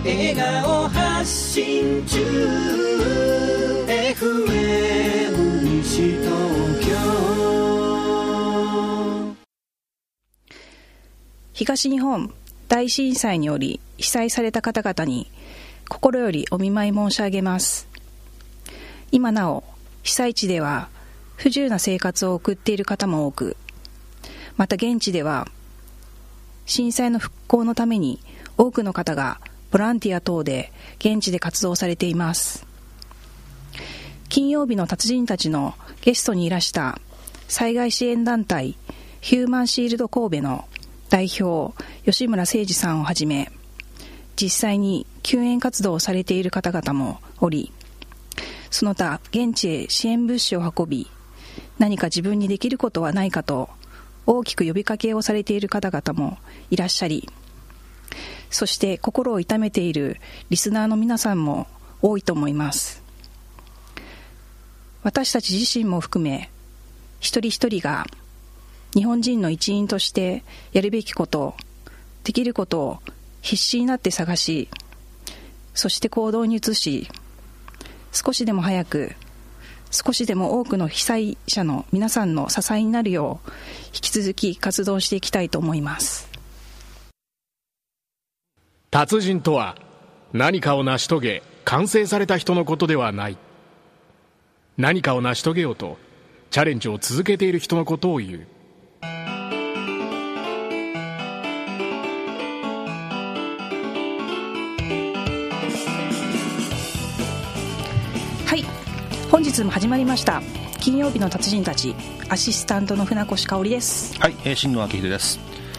笑顔発信中 FM 西東京。 東日本大震災により被災された方々に心よりお見舞い申し上げます。今なお被災地では不自由な生活を送っている方も多く、また現地では震災の復興のために多くの方がボランティア等で現地で活動されています。金曜日の達人たちのゲストにいらした災害支援団体ヒューマンシールド神戸の代表吉村誠二さんをはじめ、実際に救援活動をされている方々もおり、その他現地へ支援物資を運び、何か自分にできることはないかと大きく呼びかけをされている方々もいらっしゃり、そして心を痛めているリスナーの皆さんも多いと思います。私たち自身も含め一人一人が日本人の一員としてやるべきこと、できることを必死になって探し、そして行動に移し、少しでも早く、少しでも多くの被災者の皆さんの支えになるよう引き続き活動していきたいと思います。 達人とは何かを成し遂げ完成された人のことではない。何かを成し遂げようとチャレンジを続けている人のことを言う。 はい、本日も始まりました金曜日の達人たち、アシスタントの船越香織です。 はい、新野明秀です。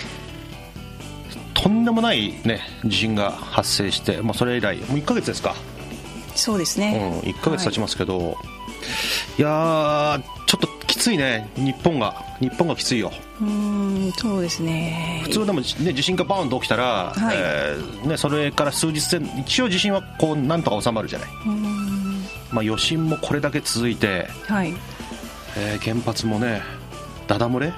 とんでもないね地震が発生して、それ以来もう1ヶ月ですか。 そうですね、 1ヶ月経ちますけど、いやちょっときついね。日本がきついよ。 そうですね。 普通でも、ね、地震がバーンと起きたら、それから数日で一応地震はこうなんとか収まるじゃない。余震もこれだけ続いて、原発もねダダ漏れ。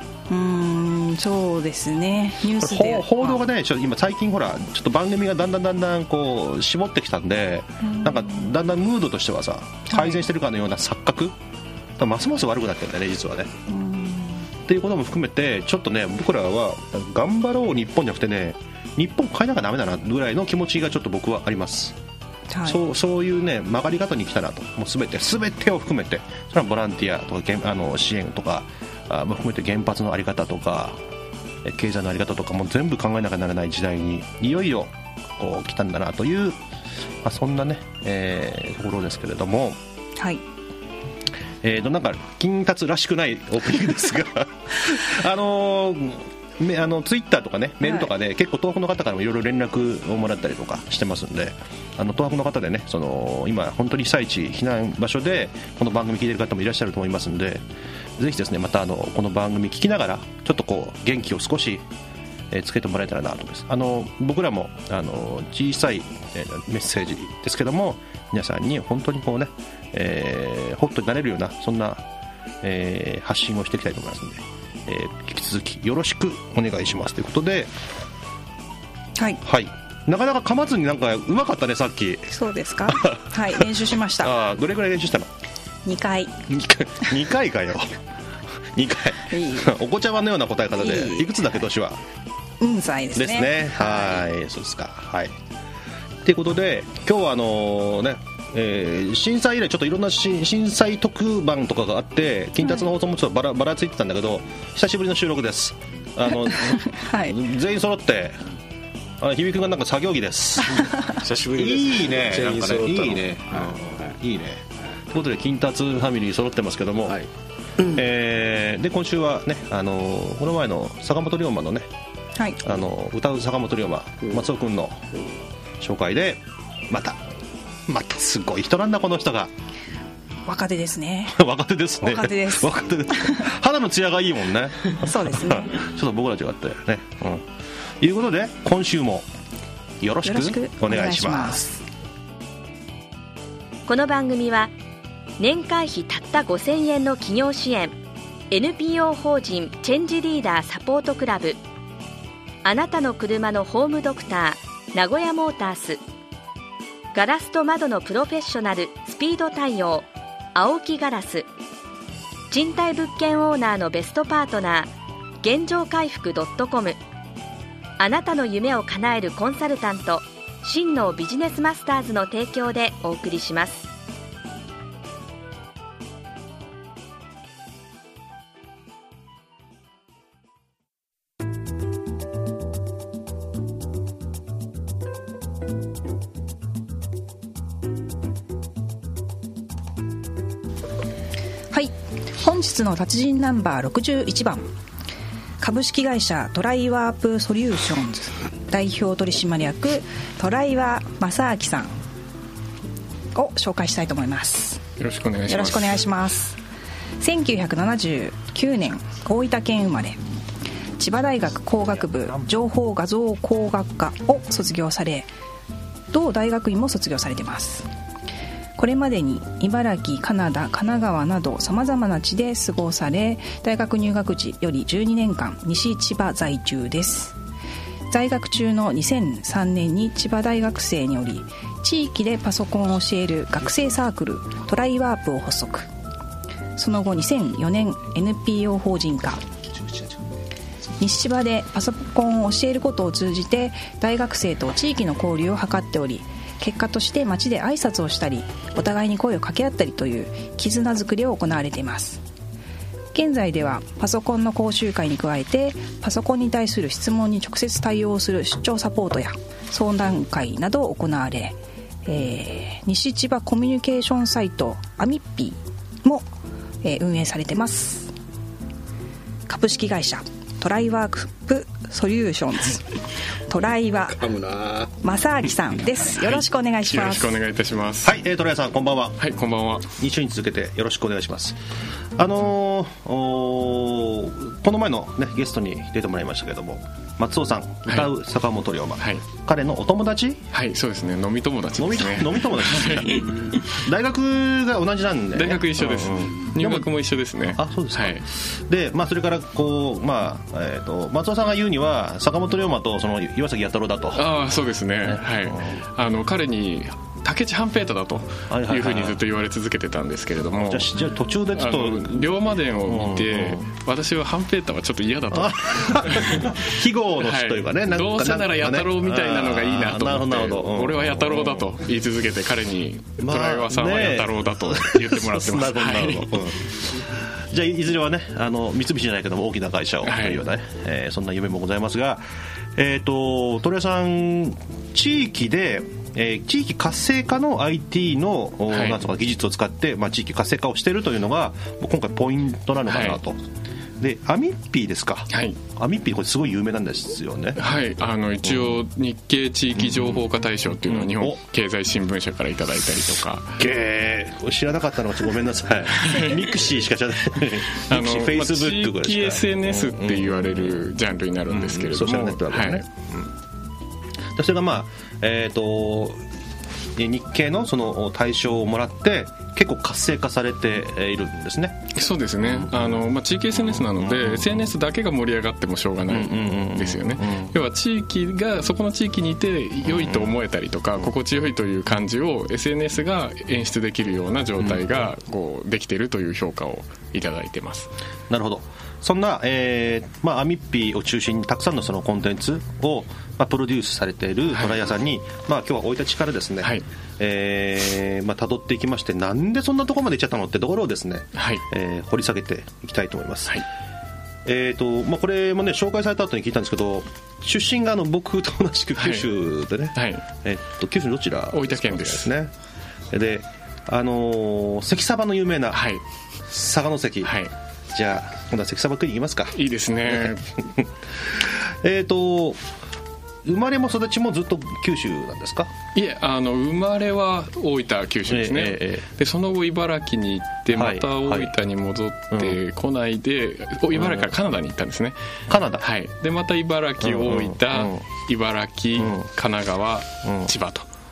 そうですね。ニュースで報道がね今最近ほらちょっと番組がだんだんこう絞ってきたんで、なんかだんだんムードとしてはさ改善してるかのような錯覚、ますます悪くなってるんだよね実はね。っていうことも含めてちょっとね僕らは頑張ろう日本じゃなくてね、日本変えなきゃダメだなぐらいの気持ちがちょっと僕はあります。そういうね曲がり方に来たなと。もう全てを含めて、それはボランティアとか支援とかも含めて原発の在り方とか経済の在り方とかも全部考えなきゃならない時代にいよいよこう来たんだなという、そんなね、ところですけれども、なんか金達らしくないオープニングですがツイッターとかねメールとかで、結構東北の方からもいろいろ連絡をもらったりとかしてますんで、東北の方でね今本当に被災地避難場所でこの番組聞いてる方もいらっしゃると思いますんで、ぜひですねまたこの番組聞きながらちょっとこう元気を少しつけてもらえたらなと思います。僕らも小さいメッセージですけども、皆さんに本当にこうね、ホットになれるようなそんな、発信をしていきたいと思いますので、引き続きよろしくお願いしますということで、なかなか噛まずになんかうまかったねさっき。 そうですか練習しました。 どれくらい練習したの ？2回かよ2回お子ちゃまのような答え方で。いくつだっけ年は ？4歳ですね。 そうですか。ということで今日は震災以来ちょっといろんな震災特番とかがあって金達の放送もちょっとばらついてたんだけど、久しぶりの収録です。全員揃って響くんがなんか作業着です久しぶりです。 いいね、なんかね、いいね、いいね。ということで金達ファミリー揃ってますけども、で今週はねこの前の坂本龍馬のね、歌う坂本龍馬、松尾くんの紹介でまたすごい人なんだこの人が。 若手ですね。 若手です。肌の艶がいいもんね。 そうですねちょっと僕ら違ってね、ということで今週もよろしくお願いします。 この番組は年会費たった5000円の企業支援 NPO 法人チェンジリーダーサポートクラブ、あなたの車のホームドクター名古屋モータース、ガラスと窓のプロフェッショナルスピード対応青木ガラス、賃貸物件オーナーのベストパートナー現状回復.com、あなたの夢を叶えるコンサルタント真のビジネスマスターズの提供でお送りします。 はい、本日の達人ナンバー61番、株式会社トライワープソリューションズ代表取締役トライワ正明さんを紹介したいと思います。 よろしくお願いします。 よろしくお願いします。1979年大分県生まれ、千葉大学工学部情報画像工学科を卒業され、同大学院も卒業されています。これまでに茨城、カナダ、神奈川などさまざまな地で過ごされ、大学入学時より12年間西千葉在住です。在学中の2003年に千葉大学生により地域でパソコンを教える学生サークルトライワープを発足。その後2004年 NPO 法人化、西千葉でパソコンを教えることを通じて大学生と地域の交流を図っており、結果として街で挨拶をしたりお互いに声を掛け合ったりという絆づくりを行われています。現在ではパソコンの講習会に加えてパソコンに対する質問に直接対応する出張サポートや相談会などを行われ、西千葉コミュニケーションサイトアミッピーも、運営されています。株式会社トライワープソリューションズトライワ正明さんです。よろしくお願いします。 よろしくお願いいたします。 はい、トライさんこんばんは。 はい、こんばんは。 2週に続けてよろしくお願いします。この前の、ね、ゲストに出てもらいましたけれども、松尾さん、歌う坂本龍馬、はい、彼のお友達。 はい、そうですね、飲み友達ですね。 飲み友達ですね大学が同じなんで、ね、 大学一緒です、入学も一緒ですね。 あ、そうですか、 はい、 で、それからこう、松尾さんが言うには坂本龍馬とその岩崎弥太郎だと。 ああ、そうですね、はい、彼に武智半平太だというふうにずっと言われ続けてたんですけれども、 じゃあ途中でちょっと龍馬伝を見て、私は半平太はちょっと嫌だと記号の詩というかね、なんかどうせなら弥太郎みたいなのがいいなと思って、俺は弥太郎だと言い続けて、彼にトライワさんは弥太郎だと言ってもらってます。なるほど、 じゃあいずれはね、三菱じゃないけども大きな会社をというようなね、そんな夢もございますが、トライさん地域で地域活性化の IT の、なんとか技術を使って、地域活性化をしているというのが今回ポイントなのかなと、でアミッピーですか、アミッピーこれすごい有名なんですよね。 はい、一応日経地域情報化大賞っていうのを日本経済新聞社からいただいたりとか、 知らなかったのはごめんなさいミクシーしか知らないミクシー、フェイスブックぐらいしか。 地域 SNS って言われるジャンルになるんですけれども、 ソーシャルネットワークね、それが日経のその対象をもらって結構活性化されているんですね。 そうですね、地域 SNS なので、SNS だけが盛り上がってもしょうがないんですよね。要は地域がそこの地域にいて良いと思えたりとか、心地よいという感じを SNS が演出できるような状態がこうできているという評価をいただいてます。 なるほど。そんな、アミッピーを中心にたくさんのそのコンテンツを、プロデュースされているトライ屋さんに、今日は生い立ちからですね、辿っていきまして、なんでそんなところまで行っちゃったのってところをですね、掘り下げていきたいと思います。これもね紹介された後に聞いたんですけど、出身が僕と同じく九州でね、九州のどちら？ 大分県ですね。で、関サバの有名な佐賀関、じゃあ今度は関サバ食いに行きますか。 いいですね生まれも育ちもずっと九州なんですか？ いえ、生まれは大分九州ですね、でその後茨城に行ってまた大分に戻ってこないで、茨城からカナダに行ったんですね。 カナダ、 でまた茨城、大分、茨城、神奈川、千葉と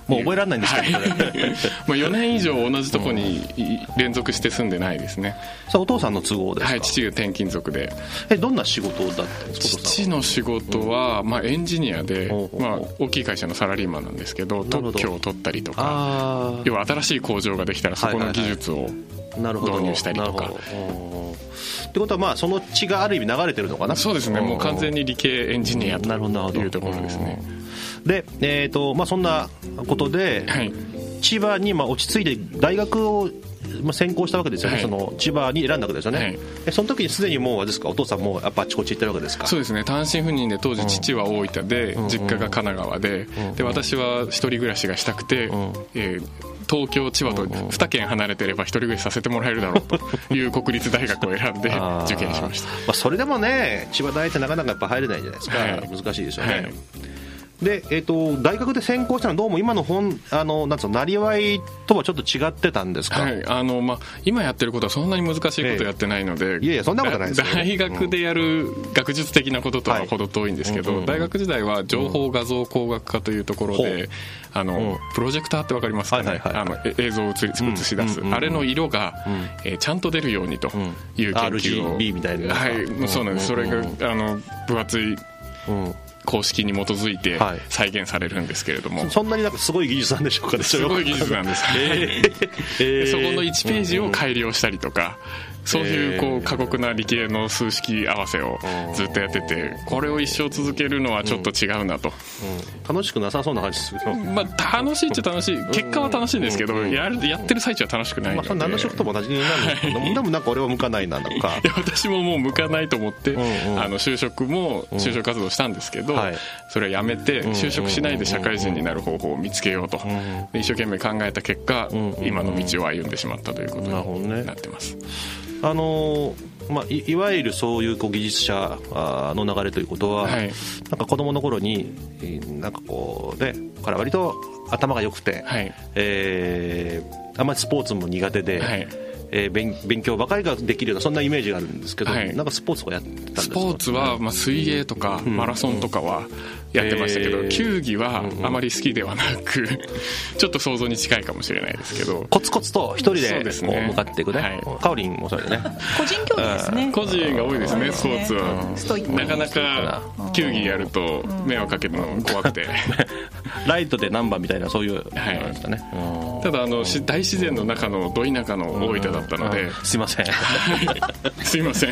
もう覚えられないんですけど、 はいまあ4年以上同じとこに連続して住んでないですね。 さあお父さんの都合ですか？ はい、父が転勤族で。 どんな仕事だったんですか？ 父の仕事は、まあ、エンジニアで、まあ、大きい会社のサラリーマンなんですけど、特許を取ったりとか、要は新しい工場ができたらそこの技術を導入したりとか。 ってことは、まあその血がある意味流れてるのかな。 そうですね、もう完全に理系エンジニアというところですね。 で、まあ、そんなことで、はい、千葉にまあ落ち着いて大学を専攻したわけですよね、はい、その千葉に選んだわけですよね、はい、その時にすでにもうあれですか、お父さんもやっぱあちこち行ってるわけですか？ そうですね、単身赴任で当時父は大分で、実家が神奈川で、で私は一人暮らしがしたくて、東京千葉と2県離れてれば一人暮らしさせてもらえるだろうという国立大学を選んで受験しました。 まあ、それでもね、千葉大ってなかなかやっぱ入れないじゃないですか、はい、難しいですよね、はい。で大学で専攻したのはどうも今のなんつうのなりわいとはちょっと違ってたんですか？ はい、まあ、今やってることはそんなに難しいことやってないので、 いやいやそんなことないですよ。 大学でやる学術的なこととは程遠いんですけど、大学時代は情報画像工学科というところで、プロジェクターって分かりますかね、映像を映し出す、あれの色が、ちゃんと出るようにという研究を、 RGB みたいな、 はい、そうなんです。それが分厚い公式に基づいて再現されるんですけれども、 そんなになんかすごい技術なんでしょうかね？ すごい技術なんです、そこの1ページを改良したりとか、そういう過酷な理系の数式合わせをずっとやってて、これを一生続けるのはちょっと違うなと、 楽しくなさそうな感じですけど、 まあ、楽しいっちゃ楽しい、結果は楽しいんですけど、やってる最中は楽ししくないので、 まあ、何の職とも同じになるんですけど、でもなんか俺は向かないなとかいや私ももう向かないと思って、就職活動したんですけど、それはやめて就職しないで社会人になる方法を見つけようと、で一生懸命考えた結果、今の道を歩んでしまったということになってます。 まあ、いわゆるそういう技術者の流れということは、なんか子供の頃になんかこうね、から割と頭が良くて、あんまりスポーツも苦手で、勉強ばかりができるようなそんなイメージがあるんですけど、なんかスポーツをやってたんですか？ スポーツは、まあ、水泳とかマラソンとかはやってましたけど、球技はあまり好きではなくちょっと想像に近いかもしれないですけど、 コツコツと一人でこう向かっていくね。かおりんもそれでね、 個人競技ですね。 個人が多いですね、スポーツは。なかなか球技やると迷惑かけるの怖くてライトで何番みたいなそういう、 ただ大自然の中のど田舎の大分だったので、 すいませんすいません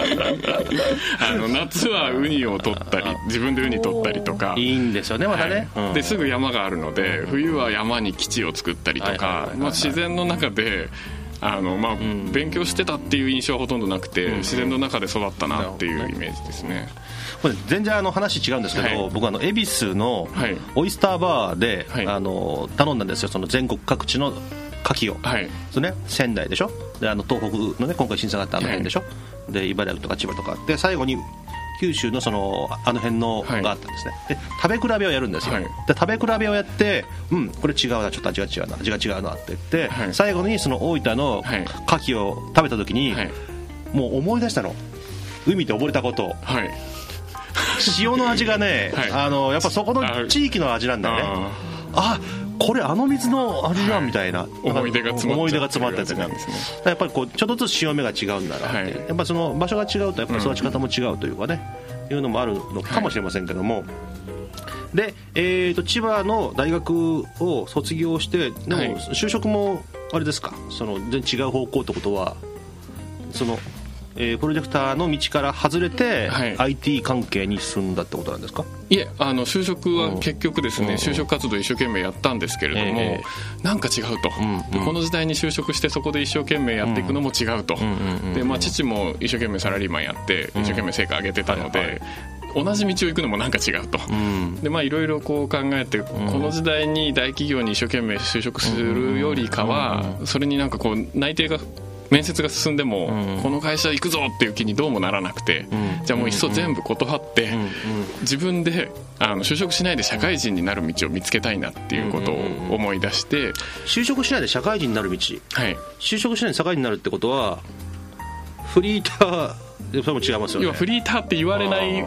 夏はウニを取ったり、自分でウニ取ったりとかいいんですよね、またね、 ですぐ山があるので、冬は山に基地を作ったりとか、自然の中で勉強してたっていう印象はほとんどなくて、自然の中で育ったなっていうイメージですね。 これ全然話違うんですけど、僕は恵比寿のオイスターバーで、頼んだんですよ、その全国各地の牡蠣を、仙台でしょ、で東北のね、今回審査があったあの辺でしょ、で茨城とか千葉とかで、最後に九州のあの辺のがあったんですね。で食べ比べをやるんですよ、で食べ比べをやって、これ違うな、ちょっと味が違うなって言って、最後にその大分の牡蠣を食べた時に、もう思い出したの、海で溺れたことを、塩の味がね、やっぱそこの地域の味なんだよね。これ水の味じゃんみたいな、 思い出が詰まったやつなんですね。やっぱりこうちょっとずつ潮目が違うんだなって、やっぱその場所が違うとやっぱり育ち方も違うというかね、いうのもあるのかもしれませんけども、で、千葉の大学を卒業して、でも就職もあれですか、その全然違う方向ってことは、そのプロジェクターの道から外れて、IT 関係に進んだってことなんですか？ いえ、就職は結局ですね、就職活動一生懸命やったんですけれども、なんか違うと、この時代に就職してそこで一生懸命やっていくのも違うと、で、父も一生懸命サラリーマンやって一生懸命成果上げてたので、同じ道を行くのもなんか違うと、でいろいろこう考えて、この時代に大企業に一生懸命就職するよりかは、それになんかこう内定が面接が進んでも、この会社行くぞっていう気にどうもならなくて、じゃあもういっそ全部断って、自分で就職しないで社会人になる道を見つけたいなっていうことを思い出して、 就職しないで社会人になる道、就職しないで社会人になるってことはフリーター、それも違いますよね。 要はフリーターって言われない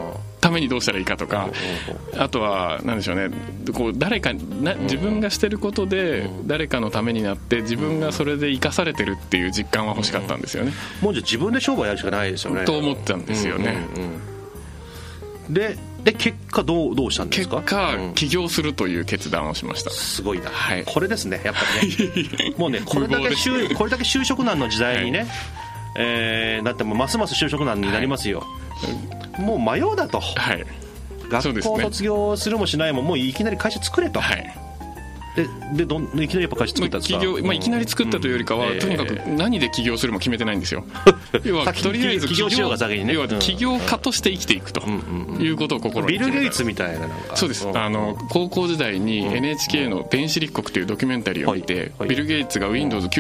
ためにどうしたらいいかとか、あとは何でしょうね、こう誰か自分がしてることで誰かのためになって自分がそれで生かされてるっていう実感は欲しかったんですよね。 もうじゃあ自分で商売やるしかないですよねと思ったんですよね。 で結果どうしたんですか？ 結果、起業するという決断をしました。 すごいな、 はい、 これですねやっぱりねもうねこれだけ就職難の時代にね、だってもうますます就職難になりますよ、もう迷うだと、学校卒業するもしないももういきなり会社作れと、でいきなりやっぱ会社作ったんですか？ いきなり作ったというよりかは、とにかく何で起業するも決めてないんですよ要はとりあえず起業しようが先にね、要は起業家として生きていくということを心にビル・ゲイツみたいな、なんかそうです。高校時代に NHK の電子立国というドキュメンタリーを見て、ビル・ゲイツが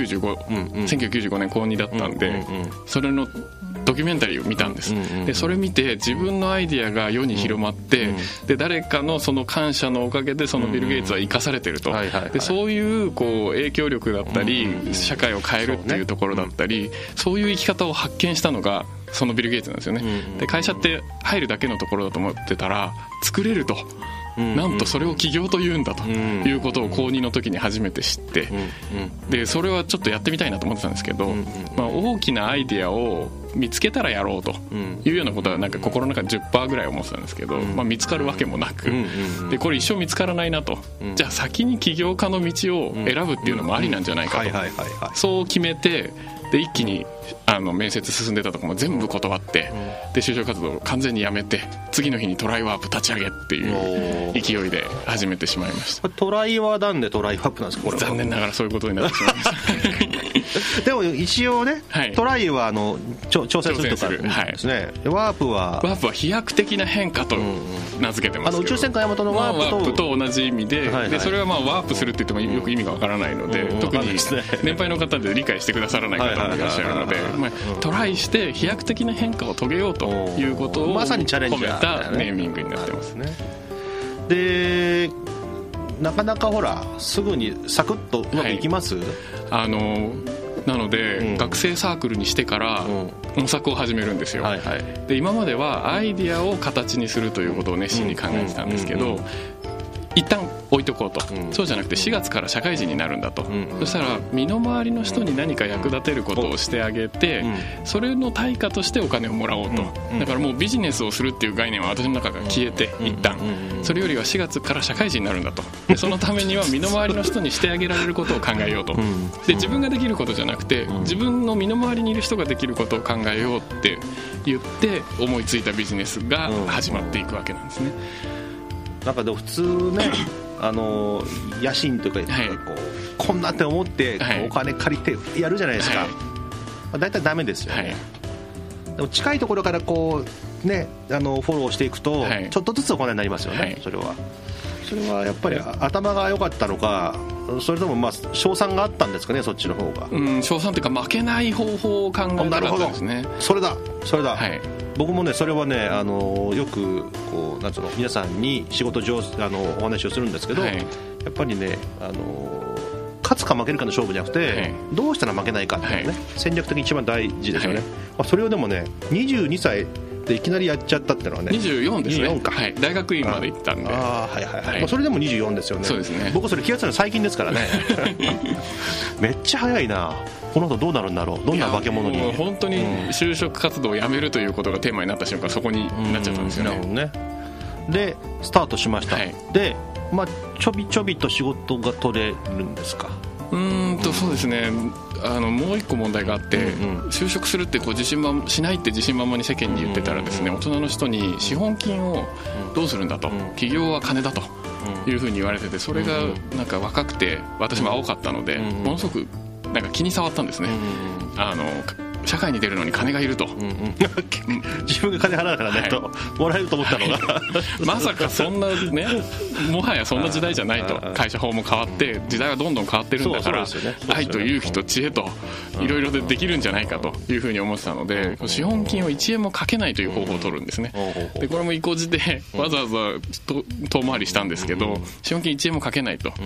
Windows1995 年高2だったんで、それのドキュメンタリーを見たんです。でそれ見て自分のアイディアが世に広まって、で誰かのその感謝のおかげでそのビル・ゲイツは生かされてると、でそういう影響力だったり、社会を変えるっていうところだったり、そういう生き方を発見したのがそのビル・ゲイツなんですよね。で会社って入るだけのところだと思ってたら作れると、なんとそれを起業というんだということを高2の時に初めて知って、でそれはちょっとやってみたいなと思ってたんですけど、大きなアイデアを見つけたらやろうというようなことはなんか心の中で 10% ぐらい思ってたんですけど、見つかるわけもなく、でこれ一生見つからないなと、じゃあ先に起業家の道を選ぶっていうのもありなんじゃないかと、そう決めて、で一気に面接進んでたところも全部断って、で就職活動を完全にやめて、次の日にトライワープ立ち上げっていう勢いで始めてしまいました。 トライはなんでトライワープなんですか？これは残念ながらそういうことになってしまいましたでも一応ね、トライは挑戦するとかですね、ワープは飛躍的な変化と名付けてますけど、 宇宙戦艦ヤマトのワープと同じ意味で、でそれはワープするって言ってもよく意味がわからないので、特に年配の方で理解してくださらない方もいらっしゃるので、トライして飛躍的な変化を遂げようということをまさにチャレンジ込めたネーミングになってますね。 でなかなかほらすぐにサクッとうまくいきます？ なので、学生サークルにしてから模索を始めるんですよ、で今まではアイディアを形にするということを熱心に考えてたんですけど、一旦置いとこうと、そうじゃなくて4月から社会人になるんだと、そしたら身の回りの人に何か役立てることをしてあげて、それの対価としてお金をもらおうと、だからもうビジネスをするっていう概念は私の中から消えて、一旦それよりは4月から社会人になるんだと、でそのためには身の回りの人にしてあげられることを考えようと、で自分ができることじゃなくて自分の身の回りにいる人ができることを考えようって言って思いついたビジネスが始まっていくわけなんですね。 なんかでも普通ね野心というか、こんなって思ってお金借りてやるじゃないですか、だいたいダメですよね、でも近いところからこうねフォローしていくとちょっとずつお金になりますよね、それはやっぱり頭が良かったのか、それとも賞賛があったんですかね、そっちの方が。 賞賛というか負けない方法を考えたかったんですね。 それだ、僕もねそれはねよくこうなんつうの皆さんに仕事上お話をするんですけど、やっぱりね勝つか負けるかの勝負じゃなくて、どうしたら負けないかっていうね、戦略的に一番大事ですよね、それをでもね22歳でいきなりやっちゃったっていうのはね、 24ですね、 24か、 大学院まで行ったんで、 それでも24ですよね。 そうですね、 僕それ気がついたの最近ですからねめっちゃ早いな、この後どうなるんだろう、どんな化け物に。 もう本当に就職活動をやめるということがテーマになった瞬間、そこになっちゃったんですよね。 でスタートしました、でちょびちょびと仕事が取れるんですか？ そうですね、もう一個問題があって、就職するってしないって自信満々に世間に言ってたらですね、大人の人に資本金をどうするんだと、起業は金だというふうに言われてて、それがなんか若くて私も青かったので、ものすごくなんか気に障ったんですね。社会に出るのに金がいると、 自分が金払うからね、ともらえると思ったのがまさかそんなね、もはやそんな時代じゃないと、会社法も変わって時代はどんどん変わってるんだから、愛と勇気と知恵といろいろできるんじゃないかというふうに思ってたので、資本金を1円もかけないという方法を取るんですね。でこれも意固地でわざわざ遠回りしたんですけど、資本金1円もかけないと。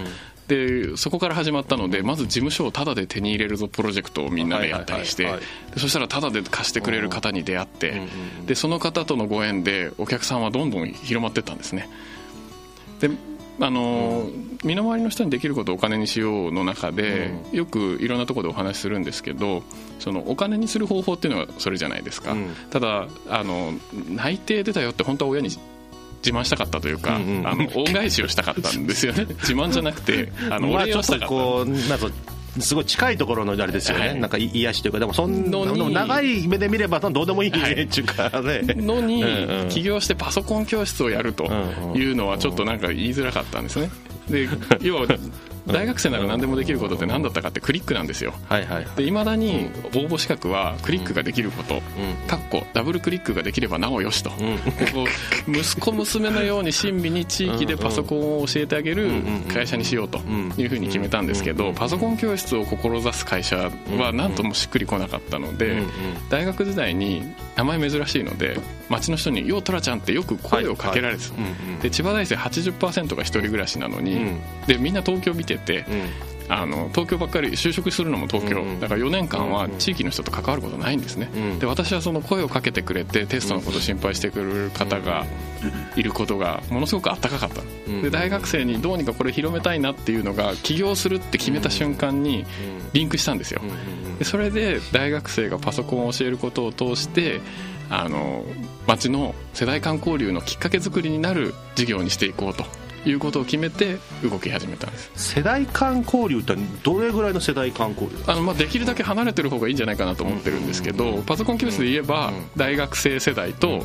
でそこから始まったので、まず事務所をタダで手に入れるぞプロジェクトをみんなでやったりして、そしたらタダで貸してくれる方に出会って、でその方とのご縁でお客さんはどんどん広まっていったんですね。で身の回りの人にできることをお金にしようの中で、よくいろんなところでお話しするんですけど、そのお金にする方法っていうのはそれじゃないですか、ただ内定出たよって本当は親に自慢したかったというか、恩返しをしたかったんですよね。自慢じゃなくてお礼をしたかった。こうなんかすごい近いところのあれですよね、なんか癒しというか、でもそんな長い目で見ればどうでもいいっていうかね、 のに起業してパソコン教室をやるというのはちょっとなんか言いづらかったんですね。で要は大学生なら何でもできることって何だったかってクリックなんですよ。で未だに応募資格はクリックができること、ダブルクリックができればなおよしと、息子娘のように親身に地域でパソコンを教えてあげる会社にしようというふうに決めたんですけど、パソコン教室を志す会社は何ともしっくりこなかったので、大学時代に名前珍しいので町の人に「ようトラちゃん」ってよく声をかけられてた、で千葉大生 80% が一人暮らしなのに、でみんな東京見てて、東京ばっかり、就職するのも東京だから4年間は地域の人と関わることないんですね。で私はその声をかけてくれてテストのことを心配してくれる方がいることがものすごくあったかかった。で大学生にどうにかこれ広めたいなっていうのが起業するって決めた瞬間にリンクしたんですよ。でそれで大学生がパソコンを教えることを通して町の世代間交流のきっかけ作りになる事業にしていこうということを決めて動き始めたんです。 世代間交流ってどれぐらいの世代間交流？ できるだけ離れてる方がいいんじゃないかなと思ってるんですけど、パソコン教室で言えば大学生世代と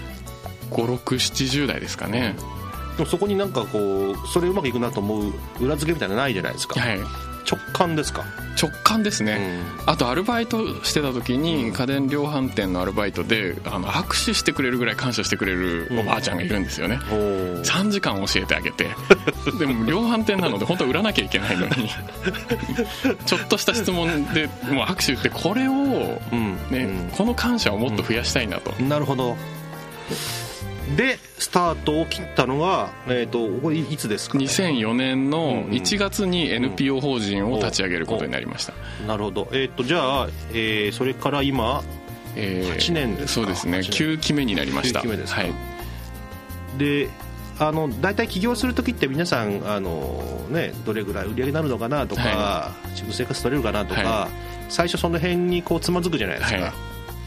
5、6、70代ですかね。 でもそこになんかこうそれうまくいくなと思う裏付けみたいなのないじゃないですか。直感ですか？ 直感ですね、あとアルバイトしてた時に家電量販店のアルバイトで握手してくれるぐらい感謝してくれるおばあちゃんがいるんですよね。3時間教えてあげてでも量販店なので本当は売らなきゃいけないのにちょっとした質問でもう握手ってこれを、この感謝をもっと増やしたいなと、 なるほど。でスタートを切ったのが、これいつですかね。 2004年の1月に NPO 法人を立ち上げることになりました。 なるほど。じゃあ、それから今、8年ですか。 そうですね、9期目になりました。9期目ですか。 で大体起業するときって皆さんどれぐらい売り上げになるのかなとか、自分生活取れるかなとか、最初その辺にこうつまずくじゃないですか。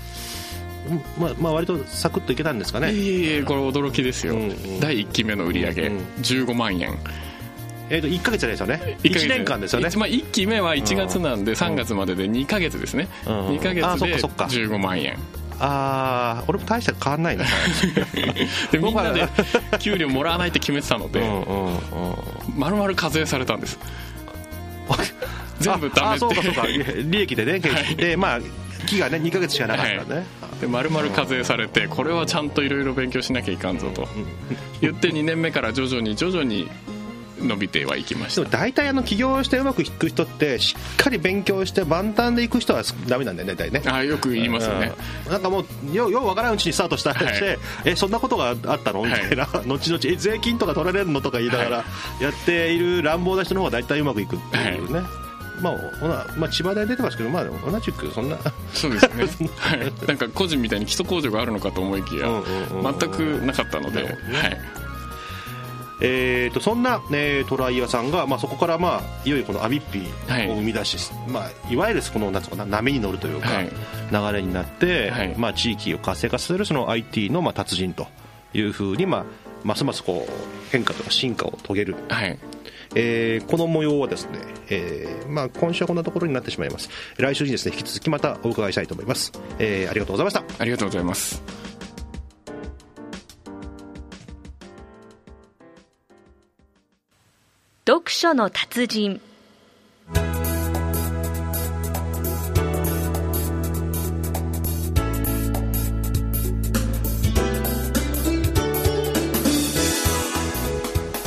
割とサクッといけたんですかね。 これ驚きですよ、第1期目の売り上げ、15万円。 1ヶ月じゃないですよね。1年間ですよね。 1期目は1月なんで3月までで2ヶ月ですね。2ヶ月で15万円。 俺も大した変わんないなでみんなで給料もらわないって決めてたので丸々課税されたんです全部ダメって。 そうか利益でね、で期がね2ヶ月しかなかったからね、 で丸々課税されて、これはちゃんといろいろ勉強しなきゃいかんぞと言って2年目から徐々に伸びてはいきました。 でも大体起業してうまくいく人ってしっかり勉強して万端でいく人はダメなんだよね、大体ね。 よく言いますよね。 なんかもうようわからんうちにスタートしたりして、そんなことがあったのみたいな、後々税金とか取られるのとか言いながらやっている乱暴な人の方が大体うまくいくっていうね。千葉大出てますけど、同じくそんな。そうですねなんか個人みたいに基礎控除があるのかと思いきや全くなかったので、 そんな、トライヤさんが、そこから、いよいよこのアビッピーを生み出し、いわゆるこの波に乗るというか、流れになって、地域を活性化するその IT の達人というふうに、ますますこう変化とか進化を遂げる、この模様はですね、今週はこんなところになってしまいます。来週にですね引き続きまたお伺いしたいと思います。ありがとうございました。 ありがとうございます。 読書の達人。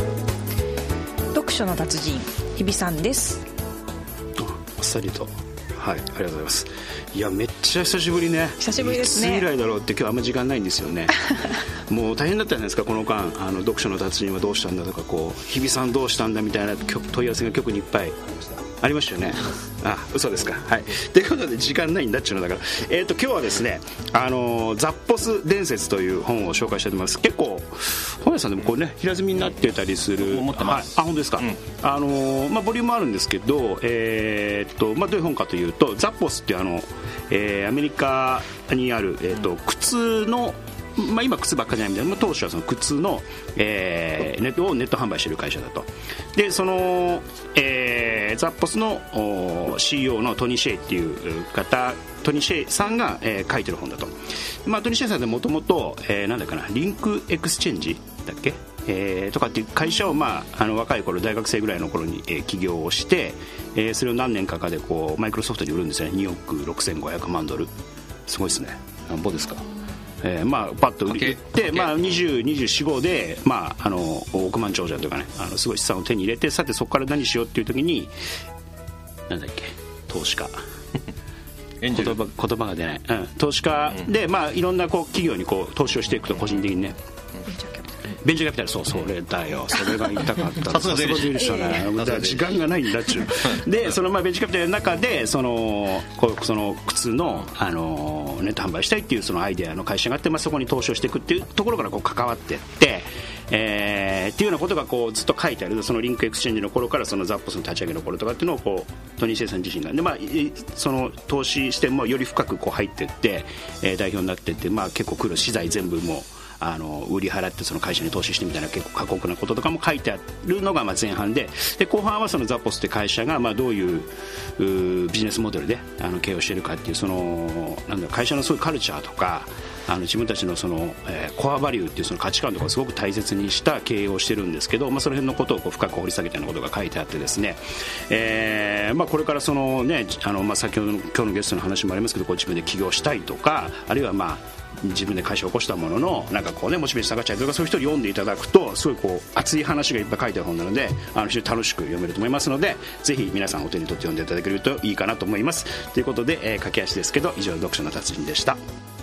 読書の達人日比さんです。 あっさりとはい、ありがとうございます。いやめっちゃ久しぶりね。 久しぶりですね。 いつ以来だろうって、今日あんま時間ないんですよねもう大変だったじゃないですかこの間。読書の達人はどうしたんだとか、こう日比さんどうしたんだみたいな問い合わせが局にいっぱいありましたよね。あ、嘘ですか。はい。ということで時間ないんだっちゅうのだから、今日はですね、ザッポス伝説という本を紹介したいと思います。結構本屋さんでもこうね平積みになってたりする。 思ってます。 はい、あ、本当ですか。ボリュームあるんですけど、どういう本かというと、ザッポスっていうアメリカにある靴の今靴ばっかじゃないみたいな、当初はその靴の、ネット販売している会社だと。でその、ザッポスの CEO のトニー・シェイっていう方、トニー・シェイさんが、書いてる本だと。トニー・シェイさんってもともとなんだかな、リンクエクスチェンジだっけ、とかっていう会社を、若い頃大学生ぐらいの頃に、起業をして、それを何年かでこうマイクロソフトに売るんですね。2億6500万ドル。すごいですね。なんぼですか。パッと売って、24、25で、億万長者というかね、すごい資産を手に入れて、さてそこから何しようっていう時に、なんだっけ、投資家言葉が出ない、投資家で、いろんなこう企業にこう投資をしていくと、個人的にね、ベンチャーキャピタル、そう、それだよ、それが言いたかったさすが税理士だね。時間がないんだっちゅうで、そのベンチャーキャピタルの中でその靴の、ネット販売したいっていうそのアイデアの会社があって、そこに投資をしていくっていうところからこう関わっていって、っていうようなことがこうずっと書いてある。そのリンクエクスチェンジの頃からそのザッポスの立ち上げの頃とかっていうのをこうトニー・シェイさん自身がで、その投資してもより深くこう入っていって、代表になっていって、結構苦労資材全部も売り払ってその会社に投資してみたいな結構過酷なこととかも書いてあるのが前半で、後半はそのザポスって会社がどういうビジネスモデルで経営をしているかっていう、そのなんだ会社のそういうカルチャーとか自分たちのその、コアバリューっていうその価値観とかをすごく大切にした経営をしてるんですけど、その辺のことをこう深く掘り下げたようなことが書いてあってですね、これからそのね先ほどの今日のゲストの話もありますけど、こう自分で起業したいとか、あるいは自分で会社を起こしたもののなんかこうねモチベーション下がっちゃうとか、そういう人に読んでいただくとすごいこう熱い話がいっぱい書いてある本なので、非常に楽しく読めると思いますので、ぜひ皆さんお手に取って読んでいただけるといいかなと思います。ということで、駆け足ですけど以上、読書の達人でした。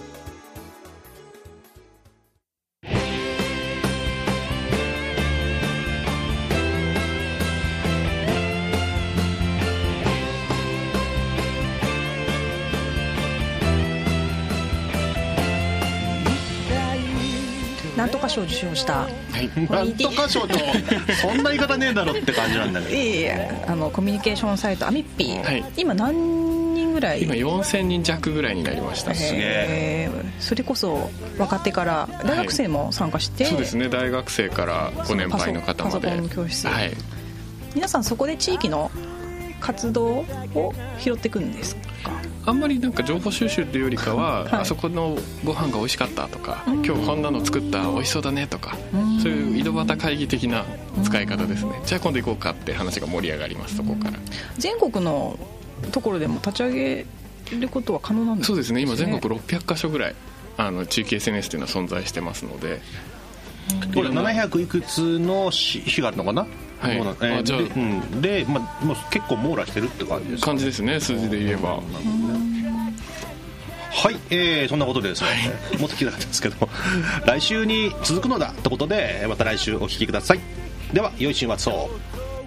なんとか賞を受賞した、 なんとか賞とそんな言い方ねえだろって感じなんだけど、 コミュニケーションサイトアミッピー、今何人ぐらい？ 今4000人弱ぐらいになりました。 すげえ。 それこそ若手から大学生も参加して、 そうですね、大学生からご年配の方までパソコン教室、 はい、 皆さんそこで地域の活動を拾っていくんですか？ あんまりなんか情報収集というよりかは、あそこのご飯が美味しかったとか、今日こんなの作った美味しそうだねとか、そういう井戸端会議的な使い方ですね。じゃあ今度行こうかって話が盛り上がります。そこから全国のところでも立ち上げることは可能なんですか？ そうですね、今全国600カ所ぐらい地域 SNS というのは存在してますので、 これ700いくつの市があるのかな。 はい、 で、もう結構網羅してるって感じですか？ 感じですね、数字で言えば。 はい、そんなことでですね、もっと聞きたかったんですけど来週に続くのだってことで、また来週お聞きください。では良い週末を。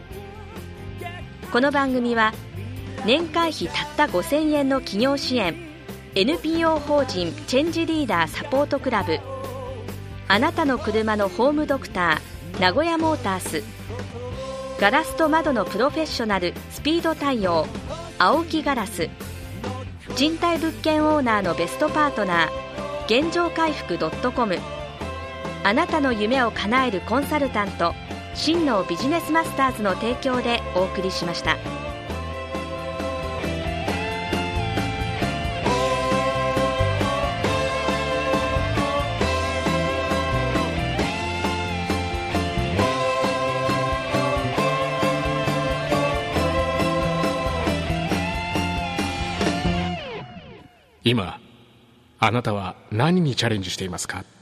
この番組は年会費たった5000円の企業支援 NPO 法人チェンジリーダーサポートクラブ、あなたの車のホームドクター名古屋モータース、ガラスと窓のプロフェッショナルスピード対応青木ガラス、賃貸物件オーナーのベストパートナー現状回復 .com、 あなたの夢を叶えるコンサルタント真のビジネスマスターズの提供でお送りしました。 今あなたは何にチャレンジしていますか？